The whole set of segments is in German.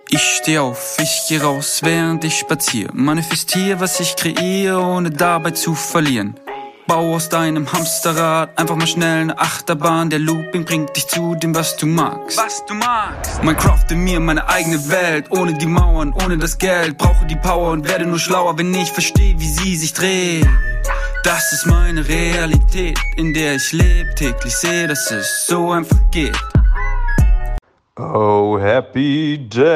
Ich steh auf, ich geh raus, während ich spazier. Manifestier, was ich kreiere, ohne dabei zu verlieren. Bau aus deinem Hamsterrad einfach mal schnell eine Achterbahn. Der Looping bringt dich zu dem, was du magst. Mein Craft in mir, meine eigene Welt. Ohne die Mauern, ohne das Geld. Brauche die Power und werde nur schlauer, wenn ich verstehe, wie sie sich dreht. Das ist meine Realität, in der ich lebe. Täglich sehe, dass es so einfach geht. Oh, happy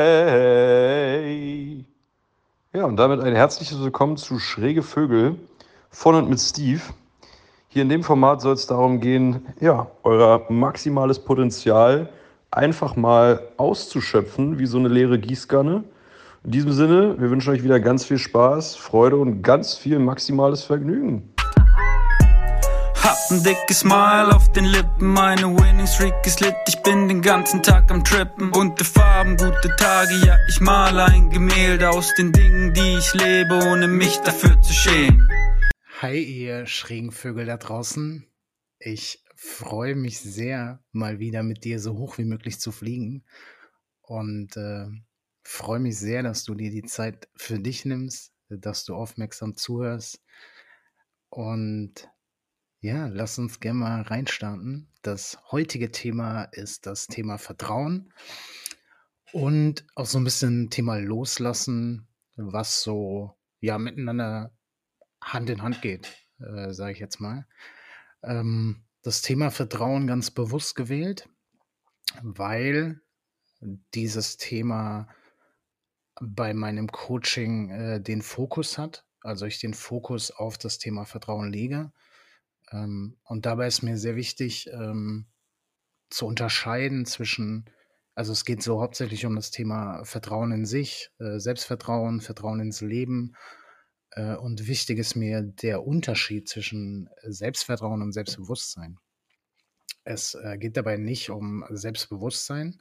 day. Ja, und damit ein herzliches Willkommen zu Schräge Vögel von und mit Steve. Hier in dem Format soll es darum gehen, ja, euer maximales Potenzial einfach mal auszuschöpfen, wie so eine leere Gießkanne. In diesem Sinne, wir wünschen euch wieder ganz viel Spaß, Freude und ganz viel maximales Vergnügen. Hab ein dickes Smile auf den Lippen, meine Winning Streak ist lit, ich bin den ganzen Tag am Trippen. Bunte Farben, gute Tage, ja, ich male ein Gemälde aus den Dingen, die ich lebe, ohne mich dafür zu schämen. Hi ihr schrägen Vögel da draußen. Ich freue mich sehr, mal wieder mit dir so hoch wie möglich zu fliegen und freue mich sehr, dass du dir die Zeit für dich nimmst, dass du aufmerksam zuhörst und ja, lass uns gerne mal reinstarten. Das heutige Thema ist das Thema Vertrauen und auch so ein bisschen Thema Loslassen, was so ja miteinander Hand in Hand geht, sage ich jetzt mal. Das Thema Vertrauen ganz bewusst gewählt, weil dieses Thema bei meinem Coaching den Fokus hat, also ich den Fokus auf das Thema Vertrauen lege. Und dabei ist mir sehr wichtig zu unterscheiden zwischen, also es geht so hauptsächlich um das Thema Vertrauen in sich, Selbstvertrauen, Vertrauen ins Leben. Und wichtig ist mir der Unterschied zwischen Selbstvertrauen und Selbstbewusstsein. Es geht dabei nicht um Selbstbewusstsein,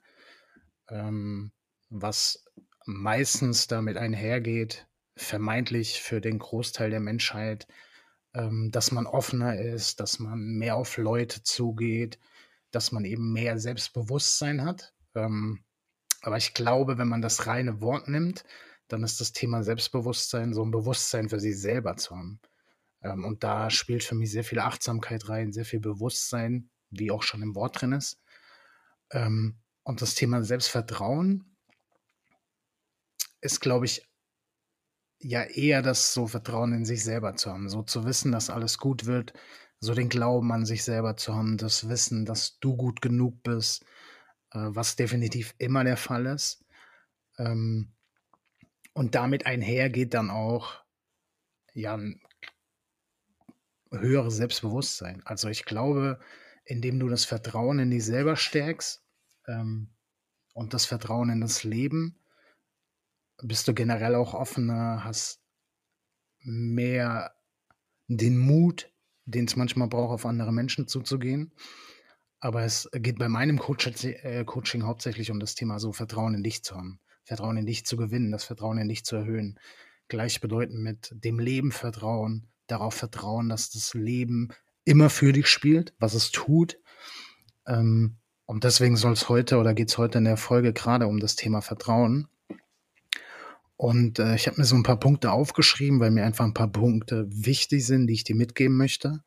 was meistens damit einhergeht, vermeintlich für den Großteil der Menschheit, dass man offener ist, dass man mehr auf Leute zugeht, dass man eben mehr Selbstbewusstsein hat. Aber ich glaube, wenn man das reine Wort nimmt, dann ist das Thema Selbstbewusstsein so ein Bewusstsein für sich selber zu haben. Und da spielt für mich sehr viel Achtsamkeit rein, sehr viel Bewusstsein, wie auch schon im Wort drin ist. Und das Thema Selbstvertrauen ist, glaube ich, ja eher das so Vertrauen in sich selber zu haben, so zu wissen, dass alles gut wird, so den Glauben an sich selber zu haben, das Wissen, dass du gut genug bist, was definitiv immer der Fall ist. Und damit einhergeht dann auch ja ein höheres Selbstbewusstsein. Also ich glaube, indem du das Vertrauen in dich selber stärkst und das Vertrauen in das Leben, bist du generell auch offener, hast mehr den Mut, den es manchmal braucht, auf andere Menschen zuzugehen. Aber es geht bei meinem Coaching hauptsächlich um das Thema so Vertrauen in dich zu haben, Vertrauen in dich zu gewinnen, das Vertrauen in dich zu erhöhen. Gleichbedeutend mit dem Leben vertrauen, darauf vertrauen, dass das Leben immer für dich spielt, was es tut. Und deswegen geht es heute in der Folge gerade um das Thema Vertrauen. Und ich habe mir so ein paar Punkte aufgeschrieben, weil mir einfach ein paar Punkte wichtig sind, die ich dir mitgeben möchte,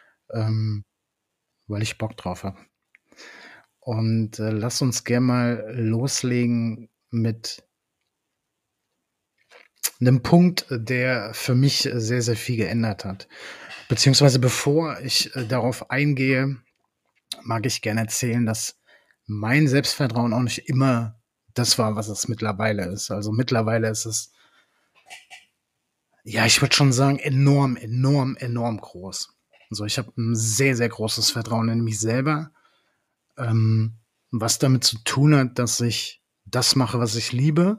weil ich Bock drauf habe. Und lass uns gerne mal loslegen mit einem Punkt, der für mich sehr, sehr viel geändert hat. Beziehungsweise bevor ich darauf eingehe, mag ich gerne erzählen, dass mein Selbstvertrauen auch nicht immer das war, was es mittlerweile ist. Also mittlerweile ist es, ja, ich würde schon sagen, enorm, enorm, enorm groß. Also ich habe ein sehr, sehr großes Vertrauen in mich selber, was damit zu tun hat, dass ich das mache, was ich liebe,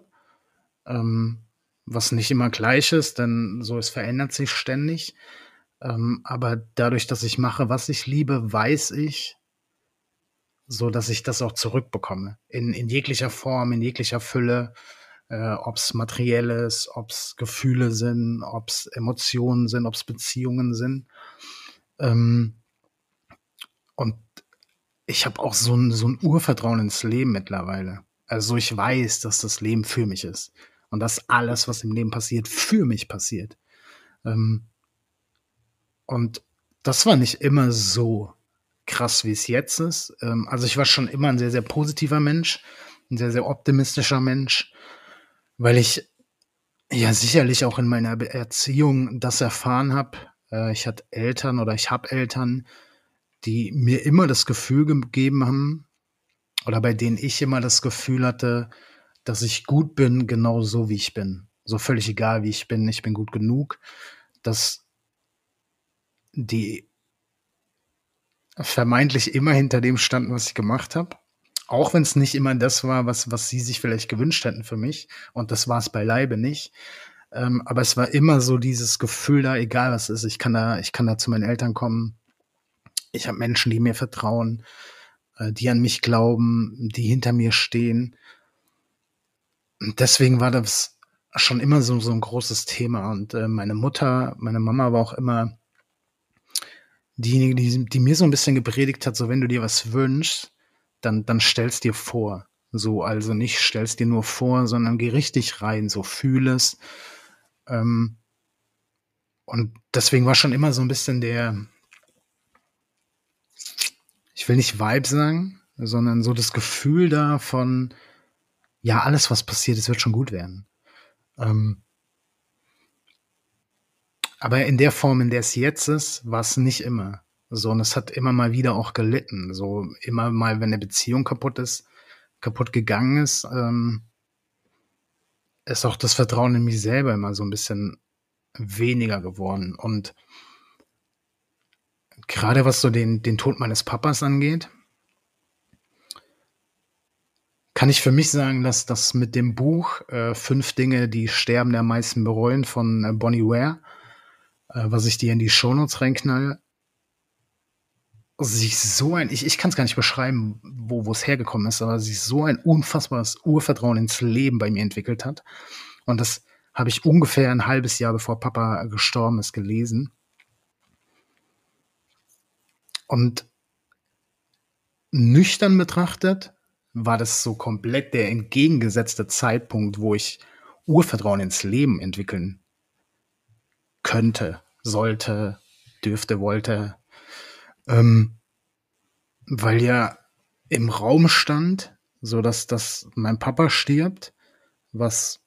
was nicht immer gleich ist, denn so, es verändert sich ständig. Aber dadurch, dass ich mache, was ich liebe, weiß ich, so dass ich das auch zurückbekomme. In jeglicher Form, in jeglicher Fülle, ob es materiell ist, ob es Gefühle sind, ob es Emotionen sind, ob es Beziehungen sind. Und ich habe auch so ein Urvertrauen ins Leben mittlerweile. Also ich weiß, dass das Leben für mich ist und dass alles, was im Leben passiert, für mich passiert. Ähm, und das war nicht immer so krass, wie es jetzt ist. Also ich war schon immer ein sehr, sehr positiver Mensch, ein sehr, sehr optimistischer Mensch, weil ich ja sicherlich auch in meiner Erziehung das erfahren habe. Ich hatte Eltern oder ich habe Eltern, die mir immer das Gefühl gegeben haben oder bei denen ich immer das Gefühl hatte, dass ich gut bin, genau so wie ich bin. So völlig egal, wie ich bin gut genug, dass die vermeintlich immer hinter dem standen, was ich gemacht habe. Auch wenn es nicht immer das war, was sie sich vielleicht gewünscht hätten für mich. Und das war es beileibe nicht. Aber es war immer so dieses Gefühl da, egal was ist, ich kann da zu meinen Eltern kommen. Ich habe Menschen, die mir vertrauen, die an mich glauben, die hinter mir stehen. Und deswegen war das schon immer so ein großes Thema. Und meine Mama war auch immer diejenige, die mir so ein bisschen gepredigt hat, so wenn du dir was wünschst, dann stell's dir vor. So, also nicht stell's dir nur vor, sondern geh richtig rein, so fühl es. Ähm, und deswegen war schon immer so ein bisschen ich will nicht Vibe sagen, sondern so das Gefühl da von, ja, alles, was passiert, es wird schon gut werden. Aber in der Form, in der es jetzt ist, war es nicht immer. So, und es hat immer mal wieder auch gelitten. So, immer mal, wenn eine Beziehung kaputt gegangen ist auch das Vertrauen in mich selber immer so ein bisschen weniger geworden. Und gerade was so den Tod meines Papas angeht, kann ich für mich sagen, dass das mit dem Buch 5 Dinge, die Sterbende am meisten bereuen von Bonnie Ware, was ich dir in die Shownotes reinknalle, sich so ich kann es gar nicht beschreiben, wo es hergekommen ist, aber sich so ein unfassbares Urvertrauen ins Leben bei mir entwickelt hat. Und das habe ich ungefähr ein halbes Jahr, bevor Papa gestorben ist, gelesen. Und nüchtern betrachtet war das so komplett der entgegengesetzte Zeitpunkt, wo ich Urvertrauen ins Leben entwickeln könnte, sollte, dürfte, wollte. Weil ja im Raum stand, so dass mein Papa stirbt, was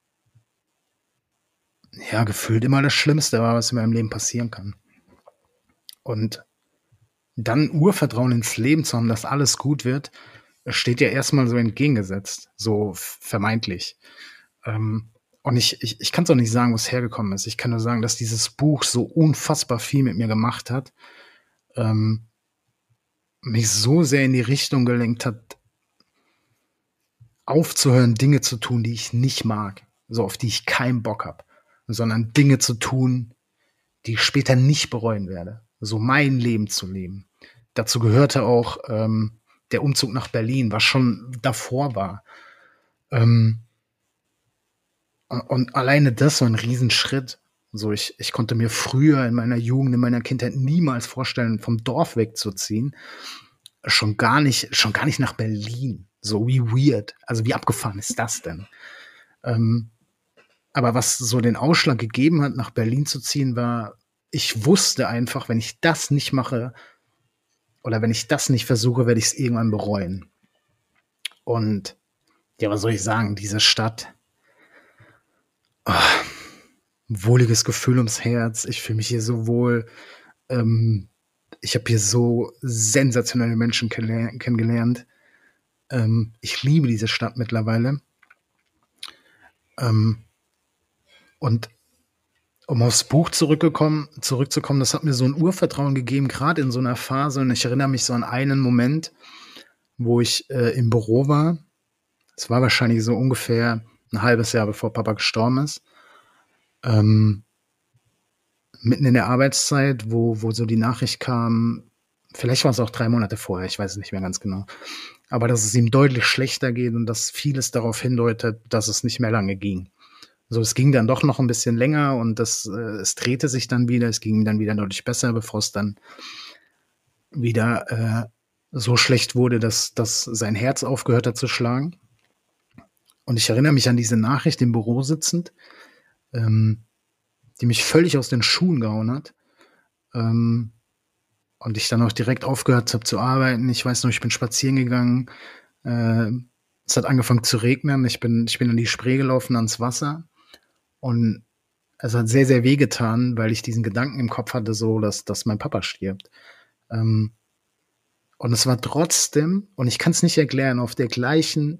ja gefühlt immer das Schlimmste war, was in meinem Leben passieren kann. Und dann Urvertrauen ins Leben zu haben, dass alles gut wird, steht ja erstmal so entgegengesetzt, so vermeintlich. Und ich kann es auch nicht sagen, wo es hergekommen ist. Ich kann nur sagen, dass dieses Buch so unfassbar viel mit mir gemacht hat, mich so sehr in die Richtung gelenkt hat, aufzuhören, Dinge zu tun, die ich nicht mag, so auf die ich keinen Bock habe, sondern Dinge zu tun, die ich später nicht bereuen werde, so mein Leben zu leben. Dazu gehörte auch der Umzug nach Berlin, was schon davor war. Und alleine das war ein Riesenschritt. So, ich konnte mir früher in meiner Jugend, in meiner Kindheit niemals vorstellen, vom Dorf wegzuziehen. Schon gar nicht nach Berlin. So wie weird. Also wie abgefahren ist das denn? Aber was so den Ausschlag gegeben hat, nach Berlin zu ziehen, war, ich wusste einfach, wenn ich das nicht mache oder wenn ich das nicht versuche, werde ich es irgendwann bereuen. Und ja, was soll ich sagen? Diese Stadt, wohliges Gefühl ums Herz. Ich fühle mich hier so wohl. Ich habe hier so sensationelle Menschen kennengelernt. Ich liebe diese Stadt mittlerweile. Und um aufs Buch zurückzukommen, das hat mir so ein Urvertrauen gegeben, gerade in so einer Phase. Und ich erinnere mich so an einen Moment, wo ich im Büro war. Es war wahrscheinlich so ungefähr ein halbes Jahr, bevor Papa gestorben ist. Mitten in der Arbeitszeit, wo so die Nachricht kam, vielleicht war es auch 3 Monate vorher, ich weiß es nicht mehr ganz genau, aber dass es ihm deutlich schlechter geht und dass vieles darauf hindeutet, dass es nicht mehr lange ging. So, es ging dann doch noch ein bisschen länger und es drehte sich dann wieder, es ging ihm dann wieder deutlich besser, bevor es dann wieder so schlecht wurde, dass sein Herz aufgehört hat zu schlagen. Und ich erinnere mich an diese Nachricht im Büro sitzend, die mich völlig aus den Schuhen gehauen hat. Und ich dann auch direkt aufgehört habe zu arbeiten. Ich weiß noch, ich bin spazieren gegangen. Es hat angefangen zu regnen. Ich bin an die Spree gelaufen, ans Wasser. Und es hat sehr, sehr wehgetan, weil ich diesen Gedanken im Kopf hatte, so, dass mein Papa stirbt. Und es war trotzdem, und ich kann es nicht erklären, auf der gleichen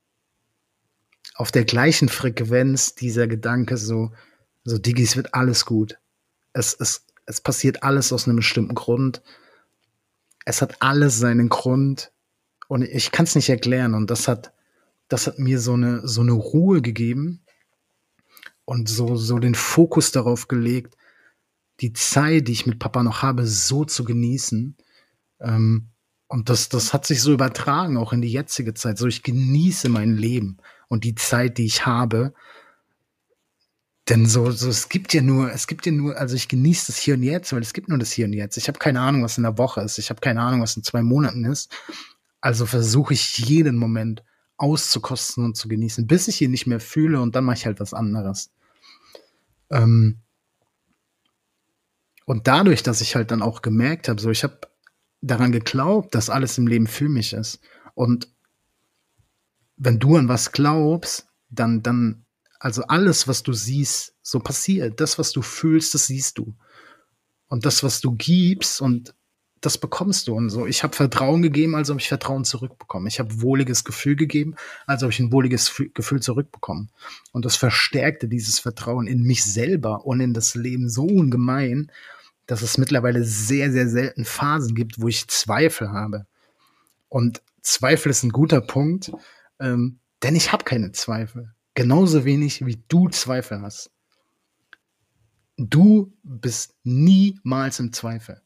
Frequenz dieser Gedanke so Digi, es wird alles gut. Es passiert alles aus einem bestimmten Grund. Es hat alles seinen Grund. Und ich kann es nicht erklären. Und das hat mir so eine Ruhe gegeben und so den Fokus darauf gelegt, die Zeit, die ich mit Papa noch habe, so zu genießen. Und das hat sich so übertragen, auch in die jetzige Zeit. So, ich genieße mein Leben und die Zeit, die ich habe. Denn es gibt ja nur, also ich genieße das Hier und Jetzt, weil es gibt nur das Hier und Jetzt. Ich habe keine Ahnung, was in der Woche ist. Ich habe keine Ahnung, was in 2 Monaten ist. Also versuche ich jeden Moment auszukosten und zu genießen, bis ich ihn nicht mehr fühle, und dann mache ich halt was anderes. Und dadurch, dass ich halt dann auch gemerkt habe, so, ich habe daran geglaubt, dass alles im Leben für mich ist. Und wenn du an was glaubst, dann also alles, was du siehst, so passiert. Das, was du fühlst, das siehst du. Und das, was du gibst, und das bekommst du. Und so, ich habe Vertrauen gegeben, also habe ich Vertrauen zurückbekommen. Ich habe wohliges Gefühl gegeben, also habe ich ein wohliges Gefühl zurückbekommen. Und das verstärkte dieses Vertrauen in mich selber und in das Leben so ungemein, dass es mittlerweile sehr, sehr selten Phasen gibt, wo ich Zweifel habe. Und Zweifel ist ein guter Punkt, denn ich habe keine Zweifel. Genauso wenig, wie du Zweifel hast. Du bist niemals im Zweifel.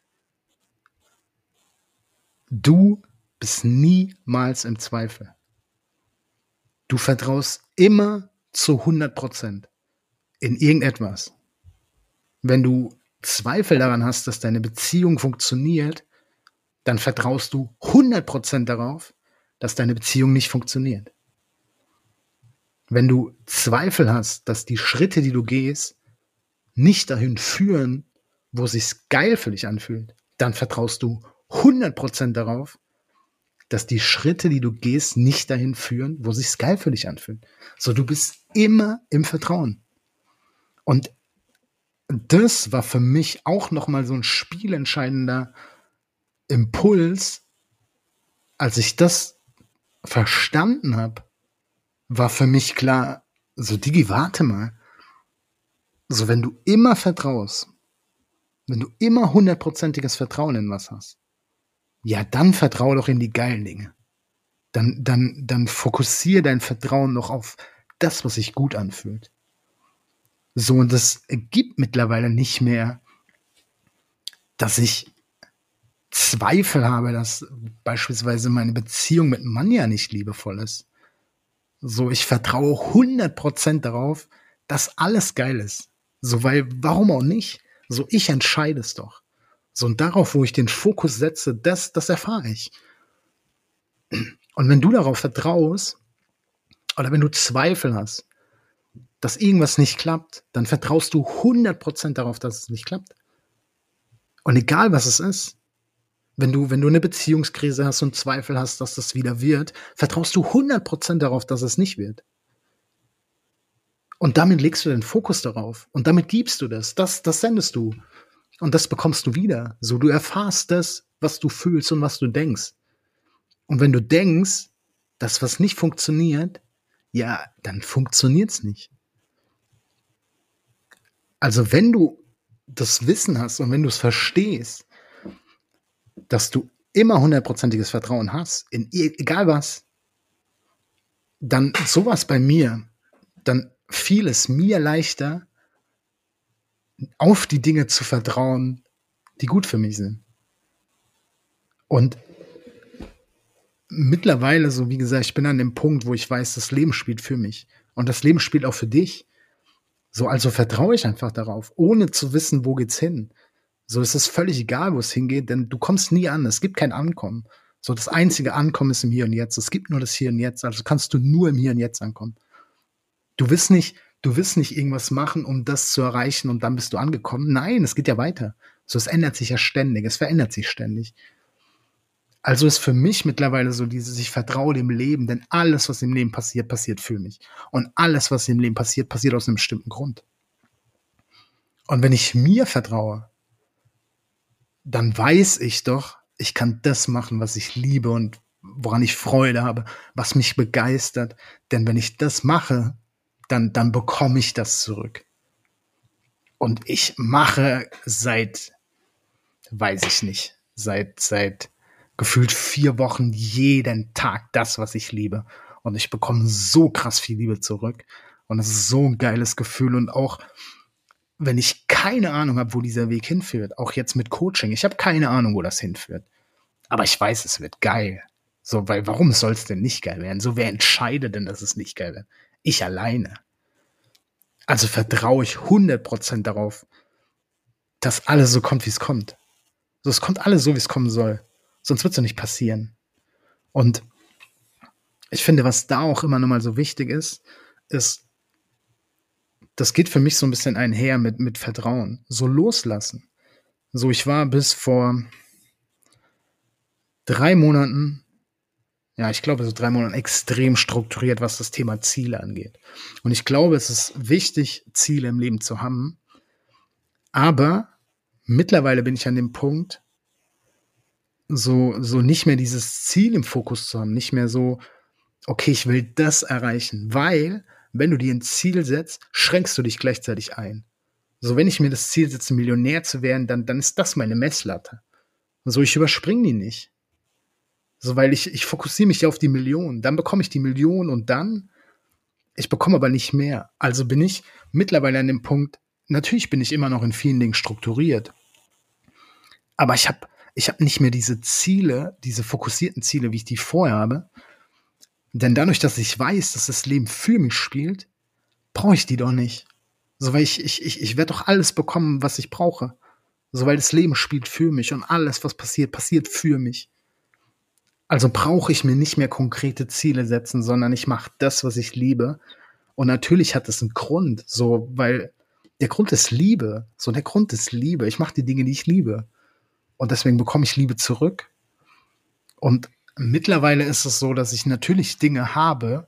Du bist niemals im Zweifel. Du vertraust immer zu 100% in irgendetwas. Wenn du Zweifel daran hast, dass deine Beziehung funktioniert, dann vertraust du 100% darauf, dass deine Beziehung nicht funktioniert. Wenn du Zweifel hast, dass die Schritte, die du gehst, nicht dahin führen, wo es sich geil für dich anfühlt, dann vertraust du 100% darauf, dass die Schritte, die du gehst, nicht dahin führen, wo es sich geil für dich anfühlt. So, du bist immer im Vertrauen. Und das war für mich auch nochmal so ein spielentscheidender Impuls. Als ich das verstanden habe, war für mich klar, so Digi, warte mal. So, wenn du immer vertraust, wenn du immer 100%iges Vertrauen in was hast, ja, dann vertraue doch in die geilen Dinge. Dann fokussiere dein Vertrauen doch auf das, was sich gut anfühlt. So, und das gibt mittlerweile nicht mehr, dass ich Zweifel habe, dass beispielsweise meine Beziehung mit Manja nicht liebevoll ist. So, ich vertraue 100% darauf, dass alles geil ist. So, weil, warum auch nicht? So, ich entscheide es doch. So, und darauf, wo ich den Fokus setze, das erfahre ich. Und wenn du darauf vertraust, oder wenn du Zweifel hast, dass irgendwas nicht klappt, dann vertraust du 100% darauf, dass es nicht klappt. Und egal, was es ist, wenn du eine Beziehungskrise hast und Zweifel hast, dass das wieder wird, vertraust du 100% darauf, dass es nicht wird. Und damit legst du den Fokus darauf. Und damit gibst du das sendest du. Und das bekommst du wieder. So, du erfährst das, was du fühlst und was du denkst. Und wenn du denkst, dass was nicht funktioniert, ja, dann funktioniert's nicht. Also wenn du das Wissen hast und wenn du es verstehst, dass du immer 100%iges Vertrauen hast, in egal was, dann sowas bei mir, dann fiel es mir leichter, auf die Dinge zu vertrauen, die gut für mich sind. Und mittlerweile, so wie gesagt, ich bin an dem Punkt, wo ich weiß, das Leben spielt für mich. Und das Leben spielt auch für dich. So, also vertraue ich einfach darauf, ohne zu wissen, wo geht's hin. So, es ist völlig egal, wo es hingeht, denn du kommst nie an. Es gibt kein Ankommen. So, das einzige Ankommen ist im Hier und Jetzt. Es gibt nur das Hier und Jetzt, also kannst du nur im Hier und Jetzt ankommen. Du willst nicht irgendwas machen, um das zu erreichen und dann bist du angekommen. Nein, es geht ja weiter. So, es ändert sich ja ständig, es verändert sich ständig. Also ist für mich mittlerweile so dieses, ich vertraue dem Leben, denn alles, was im Leben passiert, passiert für mich. Und alles, was im Leben passiert, passiert aus einem bestimmten Grund. Und wenn ich mir vertraue, dann weiß ich doch, ich kann das machen, was ich liebe und woran ich Freude habe, was mich begeistert. Denn wenn ich das mache, dann bekomme ich das zurück. Und ich mache seit gefühlt 4 Wochen jeden Tag das, was ich liebe. Und ich bekomme so krass viel Liebe zurück. Und es ist so ein geiles Gefühl. Und auch wenn ich keine Ahnung habe, wo dieser Weg hinführt, auch jetzt mit Coaching, ich habe keine Ahnung, wo das hinführt. Aber ich weiß, es wird geil. So, weil warum soll es denn nicht geil werden? So, wer entscheidet denn, dass es nicht geil wird? Ich alleine. Also vertraue ich 100% darauf, dass alles so kommt, wie es kommt. So, es kommt alles so, wie es kommen soll. Sonst wird es ja nicht passieren. Und ich finde, was da auch immer nochmal so wichtig ist, das geht für mich so ein bisschen einher mit Vertrauen. So loslassen. So, ich war bis vor 3 Monaten, ja, ich glaube so 3 Monaten extrem strukturiert, was das Thema Ziele angeht. Und ich glaube, es ist wichtig, Ziele im Leben zu haben. Aber mittlerweile bin ich an dem Punkt, so nicht mehr dieses Ziel im Fokus zu haben, nicht mehr so, okay, ich will das erreichen, weil, wenn du dir ein Ziel setzt, schränkst du dich gleichzeitig ein. So, wenn ich mir das Ziel setze, Millionär zu werden, dann ist das meine Messlatte. So, ich überspringe die nicht. So, weil ich fokussiere mich ja auf die Million. Dann bekomme ich die Million und ich bekomme aber nicht mehr. Also bin ich mittlerweile an dem Punkt, natürlich bin ich immer noch in vielen Dingen strukturiert. Aber ich hab nicht mehr diese Ziele, diese fokussierten Ziele, wie ich die vorher habe. Denn dadurch, dass ich weiß, dass das Leben für mich spielt, brauche ich die doch nicht. So, weil ich werde doch alles bekommen, was ich brauche. So, weil das Leben spielt für mich und alles, was passiert, passiert für mich. Also brauche ich mir nicht mehr konkrete Ziele setzen, sondern ich mache das, was ich liebe. Und natürlich hat es einen Grund, so, weil der Grund ist Liebe. So, der Grund ist Liebe. Ich mache die Dinge, die ich liebe. Und deswegen bekomme ich Liebe zurück. Und mittlerweile ist es so, dass ich natürlich Dinge habe,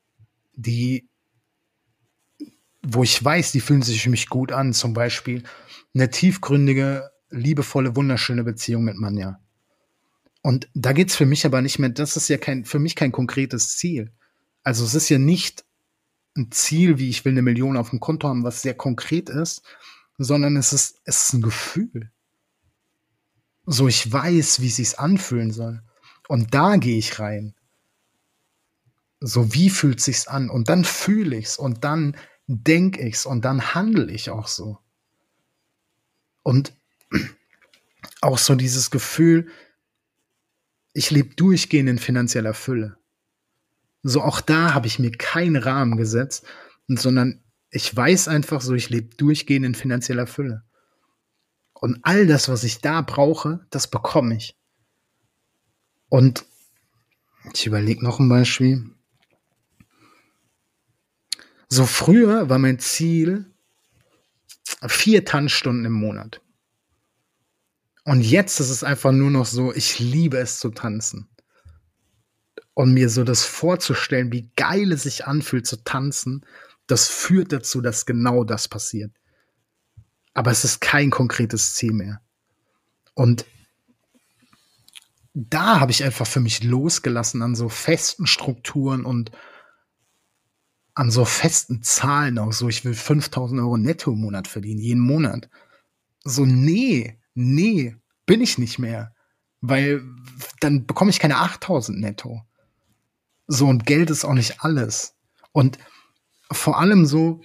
wo ich weiß, die fühlen sich für mich gut an. Zum Beispiel eine tiefgründige, liebevolle, wunderschöne Beziehung mit Manja. Und da geht's für mich aber nicht mehr, das ist ja für mich kein konkretes Ziel. Also es ist ja nicht ein Ziel, wie ich will 1 Million auf dem Konto haben, was sehr konkret ist, sondern es ist ein Gefühl. So, ich weiß, wie es sich anfühlen soll. Und da gehe ich rein. So, wie fühlt sich's an? Und dann fühle ich's und dann denke ich's und dann handle ich auch so. Und auch so dieses Gefühl, ich lebe durchgehend in finanzieller Fülle. So, auch da habe ich mir keinen Rahmen gesetzt, sondern ich weiß einfach so, ich lebe durchgehend in finanzieller Fülle. Und all das, was ich da brauche, das bekomme ich. Und ich überlege noch ein Beispiel. So, früher war mein Ziel 4 Tanzstunden im Monat. Und jetzt ist es einfach nur noch so, ich liebe es zu tanzen. Und mir so das vorzustellen, wie geil es sich anfühlt zu tanzen, das führt dazu, dass genau das passiert. Aber es ist kein konkretes Ziel mehr. Und da habe ich einfach für mich losgelassen an so festen Strukturen und an so festen Zahlen auch so, ich will 5.000 Euro netto im Monat verdienen, jeden Monat. So, nee, bin ich nicht mehr. Weil dann bekomme ich keine 8.000 netto. So, und Geld ist auch nicht alles. Und vor allem so,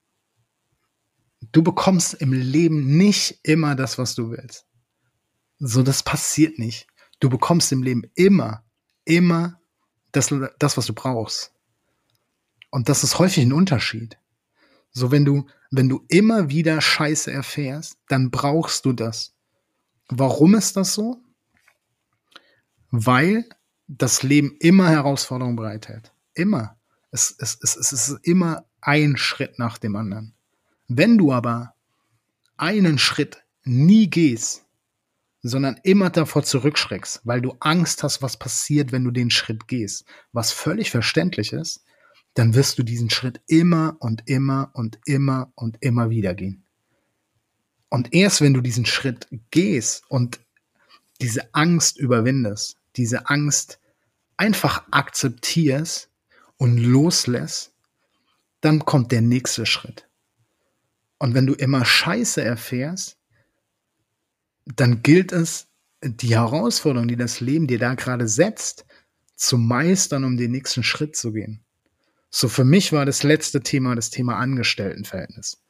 du bekommst im Leben nicht immer das, was du willst. So, das passiert nicht. Du bekommst im Leben immer das, was du brauchst. Und das ist häufig ein Unterschied. So, wenn du immer wieder Scheiße erfährst, dann brauchst du das. Warum ist das so? weil das Leben immer Herausforderungen bereithält. Immer. Es ist immer ein Schritt nach dem anderen. Wenn du aber einen Schritt nie gehst, sondern immer davor zurückschreckst, weil du Angst hast, was passiert, wenn du den Schritt gehst, was völlig verständlich ist, dann wirst du diesen Schritt immer und immer und immer und immer wieder gehen. Und erst wenn du diesen Schritt gehst und diese Angst überwindest, diese Angst einfach akzeptierst und loslässt, dann kommt der nächste Schritt. Und wenn du immer Scheiße erfährst, dann gilt es, die Herausforderung, die das Leben dir da gerade setzt, zu meistern, um den nächsten Schritt zu gehen. So, für mich war das letzte Thema das Thema Angestelltenverhältnis.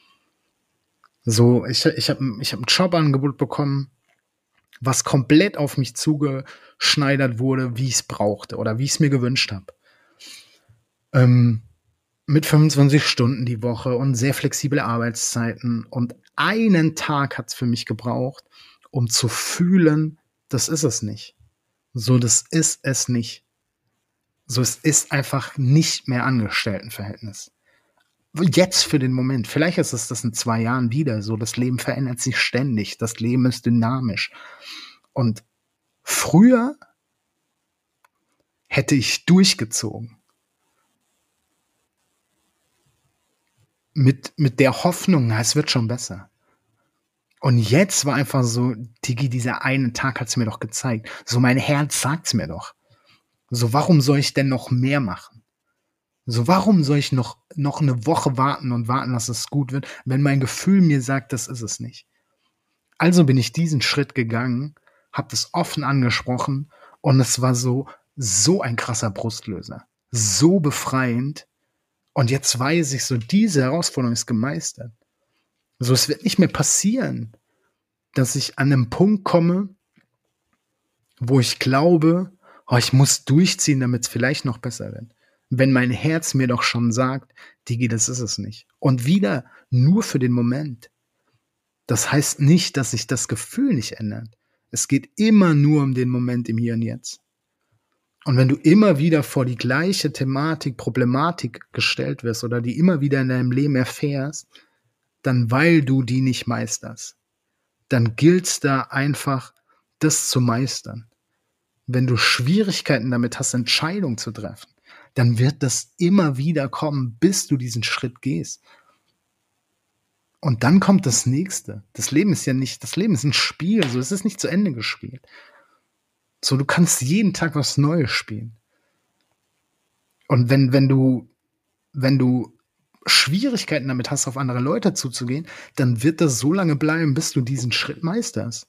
So, ich hab ein Jobangebot bekommen, was komplett auf mich zugeschneidert wurde, wie ich es brauchte oder wie ich es mir gewünscht habe. Mit 25 Stunden die Woche und sehr flexible Arbeitszeiten. Und einen Tag hat es für mich gebraucht, um zu fühlen, das ist es nicht. So, das ist es nicht. So, es ist einfach nicht mehr Angestelltenverhältnis. Jetzt für den Moment. Vielleicht ist es das in 2 Jahren wieder so. Das Leben verändert sich ständig. Das Leben ist dynamisch. Und früher hätte ich durchgezogen. Mit der Hoffnung, na, es wird schon besser. Und jetzt war einfach so, Digi, dieser eine Tag hat es mir doch gezeigt. So, mein Herz sagt es mir doch. So, warum soll ich denn noch mehr machen? So, warum soll ich noch eine Woche warten und warten, dass es gut wird, wenn mein Gefühl mir sagt, das ist es nicht? Also bin ich diesen Schritt gegangen, habe das offen angesprochen und es war so ein krasser Brustlöser. So befreiend. Und jetzt weiß ich so, diese Herausforderung ist gemeistert. So, es wird nicht mehr passieren, dass ich an einem Punkt komme, wo ich glaube, oh, ich muss durchziehen, damit es vielleicht noch besser wird. Wenn mein Herz mir doch schon sagt, Digi, das ist es nicht. Und wieder nur für den Moment. Das heißt nicht, dass sich das Gefühl nicht ändert. Es geht immer nur um den Moment im Hier und Jetzt. Und wenn du immer wieder vor die gleiche Thematik, Problematik gestellt wirst oder die immer wieder in deinem Leben erfährst, dann weil du die nicht meisterst, dann gilt es da einfach, das zu meistern. Wenn du Schwierigkeiten damit hast, Entscheidungen zu treffen, dann wird das immer wieder kommen, bis du diesen Schritt gehst. Und dann kommt das Nächste. Das Leben ist ein Spiel, so, es ist nicht zu Ende gespielt. So, du kannst jeden Tag was Neues spielen. Und wenn du Schwierigkeiten damit hast, auf andere Leute zuzugehen, dann wird das so lange bleiben, bis du diesen Schritt meisterst.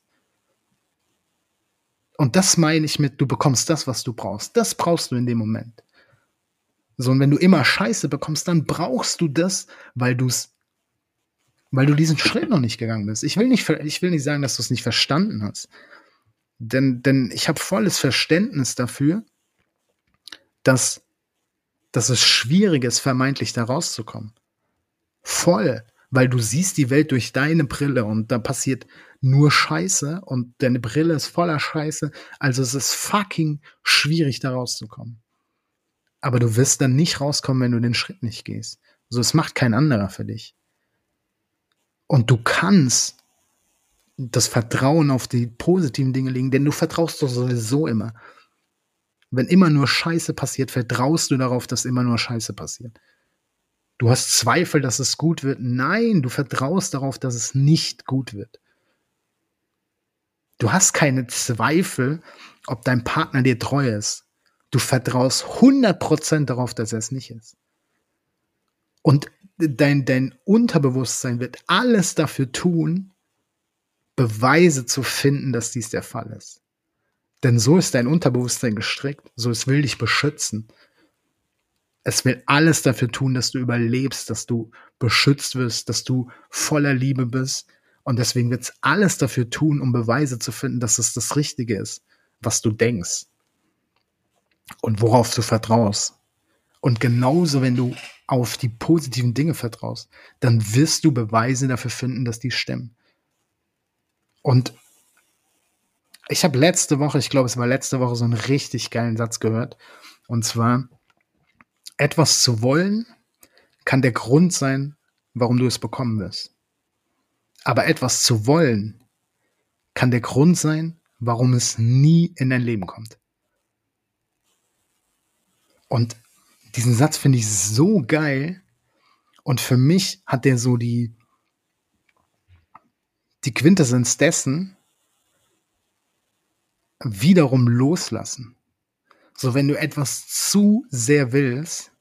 Und das meine ich mit, du bekommst das, was du brauchst. Das brauchst du in dem Moment. So, und wenn du immer Scheiße bekommst, dann brauchst du das, weil du diesen Schritt noch nicht gegangen bist. Ich will nicht sagen, dass du es nicht verstanden hast. Denn ich habe volles Verständnis dafür, dass es schwierig ist, vermeintlich da rauszukommen. Voll. Weil du siehst die Welt durch deine Brille und da passiert nur Scheiße und deine Brille ist voller Scheiße. Also es ist fucking schwierig, da rauszukommen. Aber du wirst dann nicht rauskommen, wenn du den Schritt nicht gehst. So, es macht kein anderer für dich. Und du kannst das Vertrauen auf die positiven Dinge legen, denn du vertraust doch sowieso immer. Wenn immer nur Scheiße passiert, vertraust du darauf, dass immer nur Scheiße passiert. Du hast Zweifel, dass es gut wird. Nein, du vertraust darauf, dass es nicht gut wird. Du hast keine Zweifel, ob dein Partner dir treu ist. Du vertraust 100% darauf, dass er es nicht ist. Und dein Unterbewusstsein wird alles dafür tun, Beweise zu finden, dass dies der Fall ist. Denn so ist dein Unterbewusstsein gestrickt. So, es will dich beschützen. Es will alles dafür tun, dass du überlebst, dass du beschützt wirst, dass du voller Liebe bist. Und deswegen wird es alles dafür tun, um Beweise zu finden, dass es das Richtige ist, was du denkst. Und worauf du vertraust. Und genauso, wenn du auf die positiven Dinge vertraust, dann wirst du Beweise dafür finden, dass die stimmen. Und Ich habe letzte Woche, ich glaube, es war letzte Woche, so einen richtig geilen Satz gehört. Und zwar, etwas zu wollen kann der Grund sein, warum du es bekommen wirst. Aber etwas zu wollen kann der Grund sein, warum es nie in dein Leben kommt. Und diesen Satz finde ich so geil. Und für mich hat der so die Quintessenz dessen, wiederum loslassen. So, wenn du etwas zu sehr willst,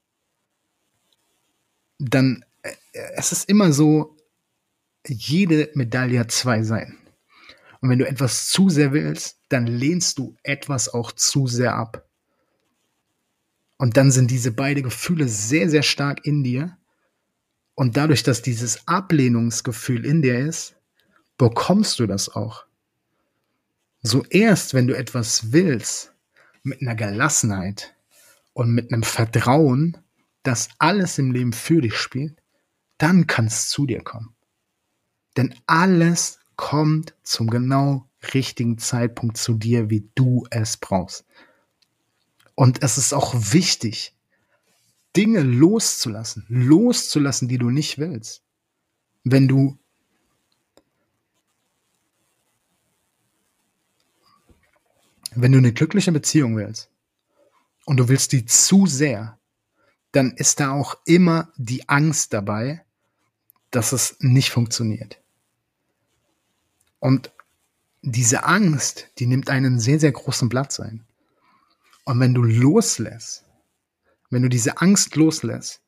dann es ist immer so, jede Medaille hat zwei Seiten. Und wenn du etwas zu sehr willst, dann lehnst du etwas auch zu sehr ab. Und dann sind diese beiden Gefühle sehr, sehr stark in dir. Und dadurch, dass dieses Ablehnungsgefühl in dir ist, bekommst du das auch. So erst, wenn du etwas willst, mit einer Gelassenheit und mit einem Vertrauen, dass alles im Leben für dich spielt, dann kann es zu dir kommen. Denn alles kommt zum genau richtigen Zeitpunkt zu dir, wie du es brauchst. Und es ist auch wichtig, Dinge loszulassen, die du nicht willst. Wenn du eine glückliche Beziehung willst und du willst die zu sehr, dann ist da auch immer die Angst dabei, dass es nicht funktioniert. Und diese Angst, die nimmt einen sehr, sehr großen Platz ein. Und wenn du loslässt, wenn du diese Angst loslässt,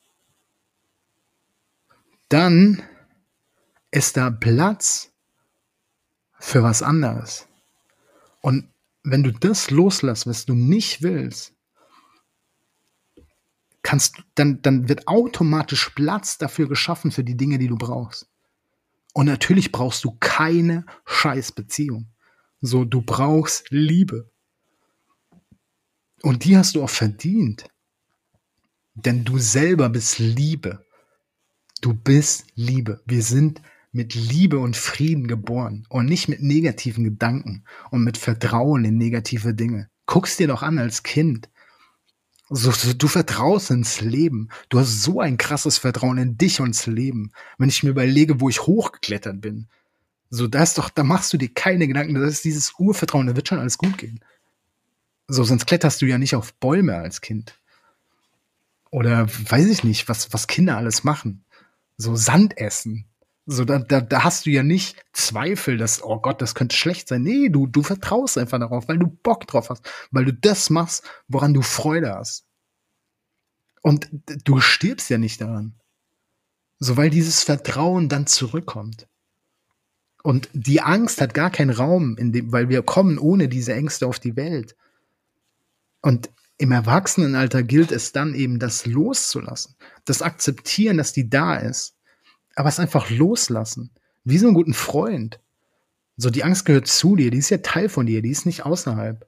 dann ist da Platz für was anderes. Und wenn du das loslässt, was du nicht willst, dann wird automatisch Platz dafür geschaffen für die Dinge, die du brauchst. Und natürlich brauchst du keine Scheißbeziehung. So, du brauchst Liebe. Und die hast du auch verdient. Denn du selber bist Liebe. Du bist Liebe. Wir sind mit Liebe und Frieden geboren und nicht mit negativen Gedanken und mit Vertrauen in negative Dinge. Guck's dir doch an als Kind. So, du vertraust ins Leben. Du hast so ein krasses Vertrauen in dich und ins Leben. Wenn ich mir überlege, wo ich hochgeklettert bin, so, da machst du dir keine Gedanken. Das ist dieses Urvertrauen, da wird schon alles gut gehen. So, sonst kletterst du ja nicht auf Bäume als Kind. Oder weiß ich nicht, was Kinder alles machen. So Sand essen. So, da hast du ja nicht Zweifel, dass, oh Gott, das könnte schlecht sein. Nee, du vertraust einfach darauf, weil du Bock drauf hast. Weil du das machst, woran du Freude hast. Und du stirbst ja nicht daran. So, weil dieses Vertrauen dann zurückkommt. Und die Angst hat gar keinen Raum, weil wir kommen ohne diese Ängste auf die Welt. Und im Erwachsenenalter gilt es dann eben, das loszulassen. Das Akzeptieren, dass die da ist. Aber es einfach loslassen. Wie so einen guten Freund. So, die Angst gehört zu dir. Die ist ja Teil von dir. Die ist nicht außerhalb.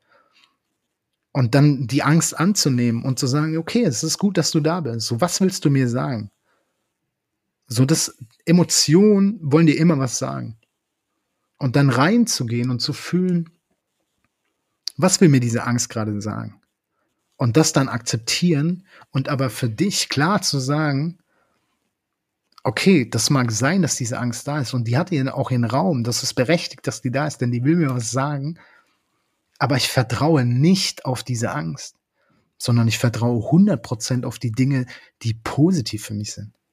Und dann die Angst anzunehmen und zu sagen, okay, es ist gut, dass du da bist. So, was willst du mir sagen? So, Emotionen wollen dir immer was sagen. Und dann reinzugehen und zu fühlen, was will mir diese Angst gerade sagen? Und das dann akzeptieren und aber für dich klar zu sagen, okay, das mag sein, dass diese Angst da ist und die hat auch ihren Raum, das ist berechtigt, dass die da ist, denn die will mir was sagen, aber ich vertraue nicht auf diese Angst, sondern ich vertraue 100% auf die Dinge, die positiv für mich sind.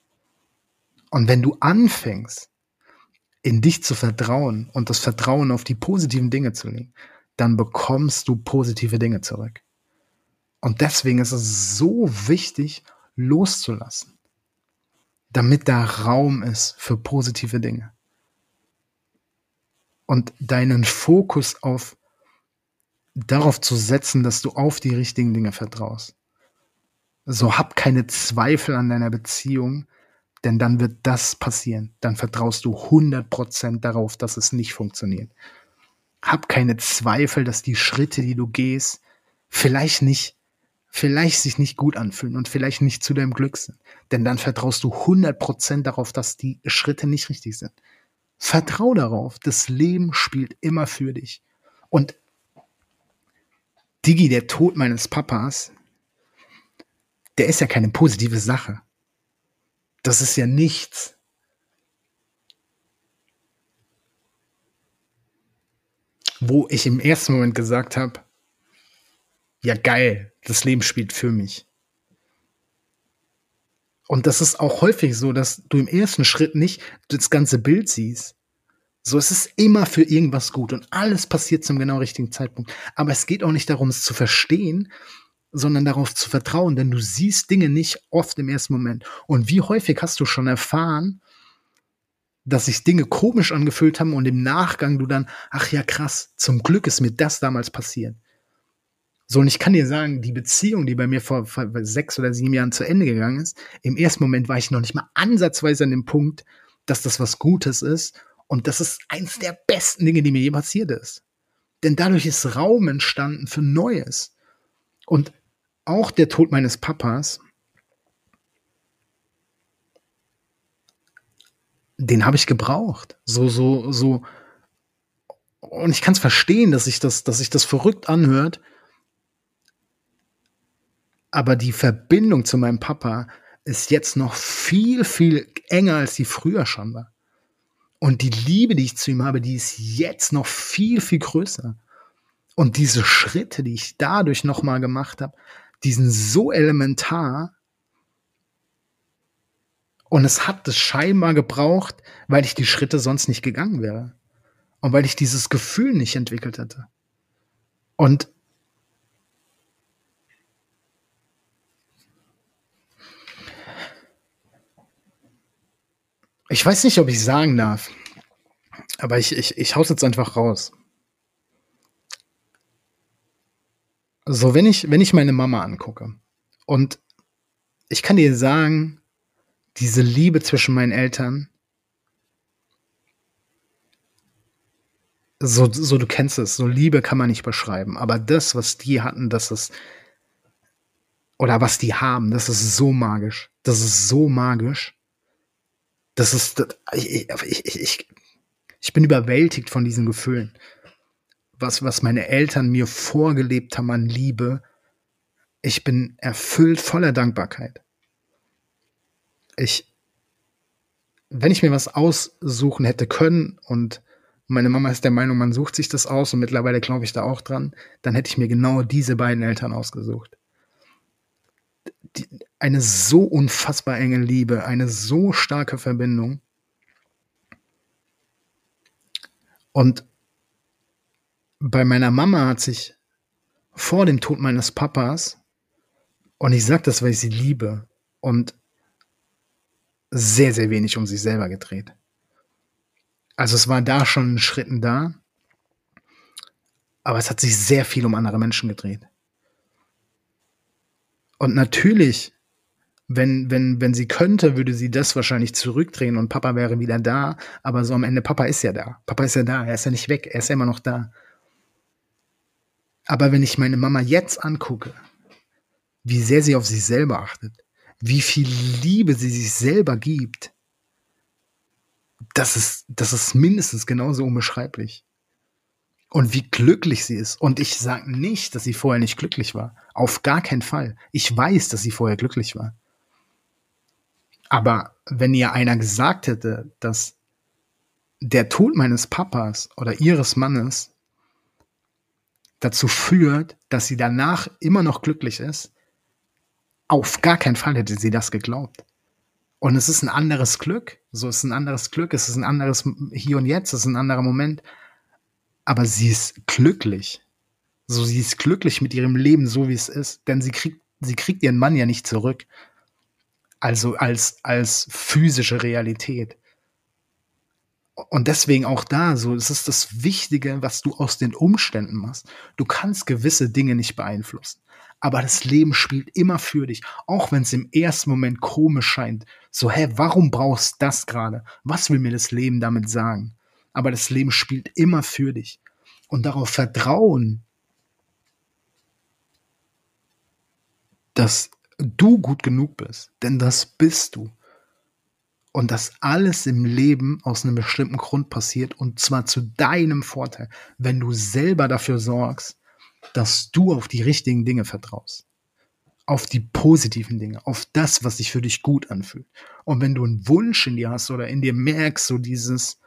Und wenn du anfängst, in dich zu vertrauen und das Vertrauen auf die positiven Dinge zu legen, dann bekommst du positive Dinge zurück. Und deswegen ist es so wichtig, loszulassen, damit da Raum ist für positive Dinge. Und deinen Fokus darauf zu setzen, dass du auf die richtigen Dinge vertraust. So, hab keine Zweifel an deiner Beziehung, denn dann wird das passieren. Dann vertraust du 100% darauf, dass es nicht funktioniert. Hab keine Zweifel, dass die Schritte, die du gehst, vielleicht sich nicht gut anfühlen und vielleicht nicht zu deinem Glück sind. Denn dann vertraust du 100% darauf, dass die Schritte nicht richtig sind. Vertrau darauf, das Leben spielt immer für dich. Und Digi, der Tod meines Papas, der ist ja keine positive Sache. Das ist ja nichts, wo ich im ersten Moment gesagt habe, ja geil, das Leben spielt für mich. Und das ist auch häufig so, dass du im ersten Schritt nicht das ganze Bild siehst. So, es ist immer für irgendwas gut und alles passiert zum genau richtigen Zeitpunkt. Aber es geht auch nicht darum, es zu verstehen, sondern darauf zu vertrauen, denn du siehst Dinge nicht oft im ersten Moment. Und wie häufig hast du schon erfahren, dass sich Dinge komisch angefühlt haben und im Nachgang du dann, ach ja krass, zum Glück ist mir das damals passiert. So, und ich kann dir sagen, die Beziehung, die bei mir vor 6 oder 7 Jahren zu Ende gegangen ist, im ersten Moment war ich noch nicht mal ansatzweise an dem Punkt, dass das was Gutes ist. Und das ist eins der besten Dinge, die mir je passiert ist. Denn dadurch ist Raum entstanden für Neues. Und auch der Tod meines Papas, den habe ich gebraucht. So. Und ich kann es verstehen, dass sich das verrückt anhört. Aber die Verbindung zu meinem Papa ist jetzt noch viel, viel enger, als die früher schon war. Und die Liebe, die ich zu ihm habe, die ist jetzt noch viel, viel größer. Und diese Schritte, die ich dadurch nochmal gemacht habe, die sind so elementar. Und es hat es scheinbar gebraucht, weil ich die Schritte sonst nicht gegangen wäre. Und weil ich dieses Gefühl nicht entwickelt hätte. Und ich weiß nicht, ob ich sagen darf, aber ich hau's jetzt einfach raus. So, wenn ich meine Mama angucke und ich kann dir sagen, diese Liebe zwischen meinen Eltern, so du kennst es, so Liebe kann man nicht beschreiben, aber das, was die hatten, das ist, oder was die haben, das ist so magisch. Das ist so magisch. Das ist, ich bin überwältigt von diesen Gefühlen. Was meine Eltern mir vorgelebt haben an Liebe, ich bin erfüllt voller Dankbarkeit. Wenn ich mir was aussuchen hätte können und meine Mama ist der Meinung, man sucht sich das aus und mittlerweile glaube ich da auch dran, dann hätte ich mir genau diese beiden Eltern ausgesucht. Eine so unfassbar enge Liebe, eine so starke Verbindung. Und bei meiner Mama hat sich vor dem Tod meines Papas, und ich sage das, weil ich sie liebe, und sehr, sehr wenig um sich selber gedreht. Also es war da schon Schritten da, aber es hat sich sehr viel um andere Menschen gedreht. Und natürlich, wenn sie könnte, würde sie das wahrscheinlich zurückdrehen und Papa wäre wieder da, aber so am Ende, Papa ist ja da. Papa ist ja da, er ist ja nicht weg, er ist ja immer noch da. Aber wenn ich meine Mama jetzt angucke, wie sehr sie auf sich selber achtet, wie viel Liebe sie sich selber gibt, das ist mindestens genauso unbeschreiblich. Und wie glücklich sie ist. Und ich sage nicht, dass sie vorher nicht glücklich war. Auf gar keinen Fall. Ich weiß, dass sie vorher glücklich war. Aber wenn ihr einer gesagt hätte, dass der Tod meines Papas oder ihres Mannes dazu führt, dass sie danach immer noch glücklich ist, auf gar keinen Fall hätte sie das geglaubt. Und es ist ein anderes Glück. So, es ist ein anderes Glück, es ist ein anderes Hier und Jetzt, es ist ein anderer Moment. Aber sie ist glücklich. So, sie ist glücklich mit ihrem Leben, so wie es ist. Denn sie kriegt ihren Mann ja nicht zurück. Also als physische Realität. Und deswegen auch da, so, es ist das Wichtige, was du aus den Umständen machst. Du kannst gewisse Dinge nicht beeinflussen. Aber das Leben spielt immer für dich. Auch wenn es im ersten Moment komisch scheint. So, warum brauchst du das gerade? Was will mir das Leben damit sagen? Aber das Leben spielt immer für dich. Und darauf vertrauen, dass du gut genug bist. Denn das bist du. Und das alles im Leben aus einem bestimmten Grund passiert und zwar zu deinem Vorteil, wenn du selber dafür sorgst, dass du auf die richtigen Dinge vertraust. Auf die positiven Dinge, auf das, was sich für dich gut anfühlt. Und wenn du einen Wunsch in dir hast oder in dir merkst, so dieses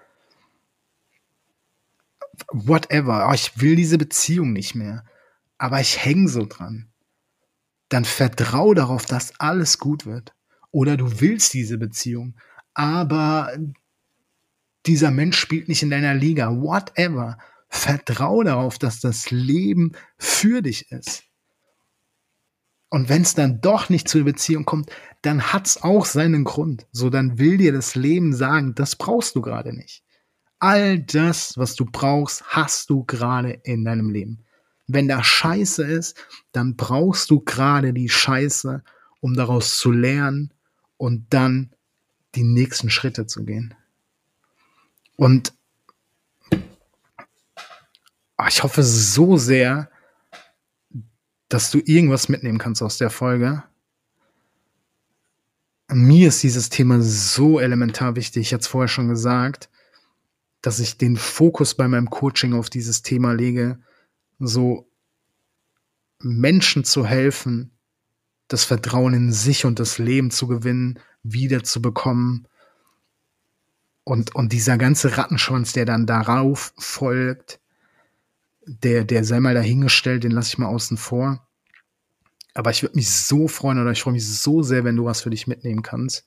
whatever, ich will diese Beziehung nicht mehr, aber ich hänge so dran, dann vertrau darauf, dass alles gut wird. Oder du willst diese Beziehung, aber dieser Mensch spielt nicht in deiner Liga, whatever. Vertrau darauf, dass das Leben für dich ist. Und wenn es dann doch nicht zur Beziehung kommt, dann hat es auch seinen Grund. So, dann will dir das Leben sagen, das brauchst du gerade nicht. All das, was du brauchst, hast du gerade in deinem Leben. Wenn da Scheiße ist, dann brauchst du gerade die Scheiße, um daraus zu lernen und dann die nächsten Schritte zu gehen. Und ich hoffe so sehr, dass du irgendwas mitnehmen kannst aus der Folge. Mir ist dieses Thema so elementar wichtig, ich hatte es vorher schon gesagt, dass ich den Fokus bei meinem Coaching auf dieses Thema lege, so Menschen zu helfen, das Vertrauen in sich und das Leben zu gewinnen, wieder zu bekommen. Und dieser ganze Rattenschwanz, der dann darauf folgt, der sei mal dahingestellt, den lasse ich mal außen vor. Aber ich würde mich so freuen oder ich freue mich so sehr, wenn du was für dich mitnehmen kannst.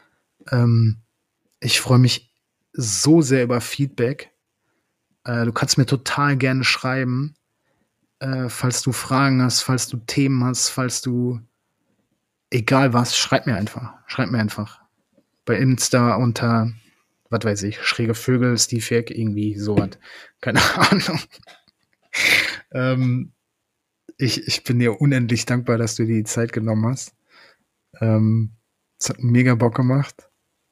Ich freue mich so sehr über Feedback. Du kannst mir total gerne schreiben, falls du Fragen hast, falls du Themen hast, falls du egal was, schreib mir einfach. Bei Insta unter, was weiß ich, schräge Vögel, Steve Jack, irgendwie sowas. Keine Ahnung. Ich bin dir unendlich dankbar, dass du dir die Zeit genommen hast. Es hat mega Bock gemacht.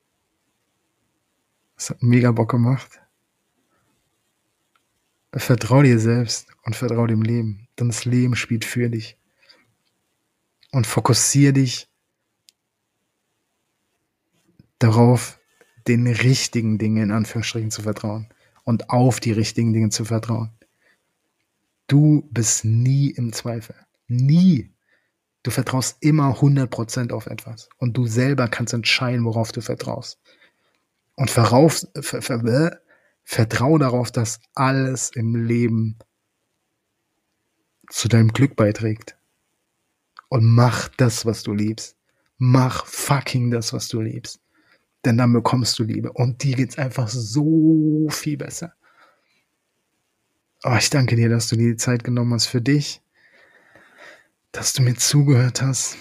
Vertrau dir selbst und vertrau dem Leben. Denn das Leben spielt für dich. Und fokussiere dich darauf, den richtigen Dingen in Anführungsstrichen zu vertrauen. Und auf die richtigen Dinge zu vertrauen. Du bist nie im Zweifel. Nie. Du vertraust immer 100% auf etwas. Und du selber kannst entscheiden, worauf du vertraust. Und vertrau darauf, dass alles im Leben zu deinem Glück beiträgt. Und mach das, was du liebst. Mach fucking das, was du liebst. Denn dann bekommst du Liebe. Und dir geht's einfach so viel besser. Oh, ich danke dir, dass du dir die Zeit genommen hast für dich. Dass du mir zugehört hast.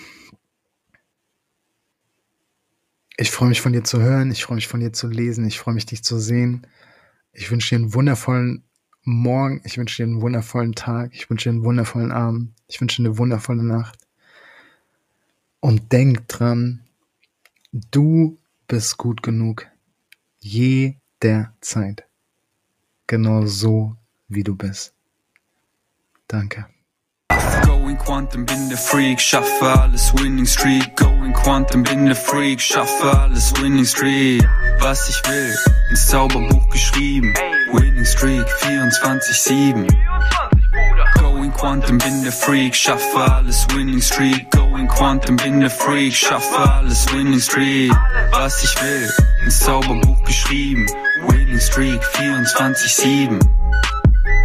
Ich freue mich von dir zu hören. Ich freue mich von dir zu lesen. Ich freue mich, dich zu sehen. Ich wünsche dir einen wundervollen Morgen. Ich wünsche dir einen wundervollen Tag. Ich wünsche dir einen wundervollen Abend. Ich wünsche dir eine wundervolle Nacht. Und denk dran, du bist gut genug. Jederzeit. Genau so, wie du bist. Danke. Going Quantum, bin der Freak, schaffe alles Winning Streak. Going Quantum, bin der Freak, schaffe alles Winning Streak. Was ich will, ins Zauberbuch geschrieben. Winning Streak 24/7. Going Quantum, bin der Freak, schaffe alles Winning Streak. Going Quantum, bin der Freak, schaffe alles Winning Streak. Was ich will, ins Zauberbuch geschrieben. Winning Streak 24/7.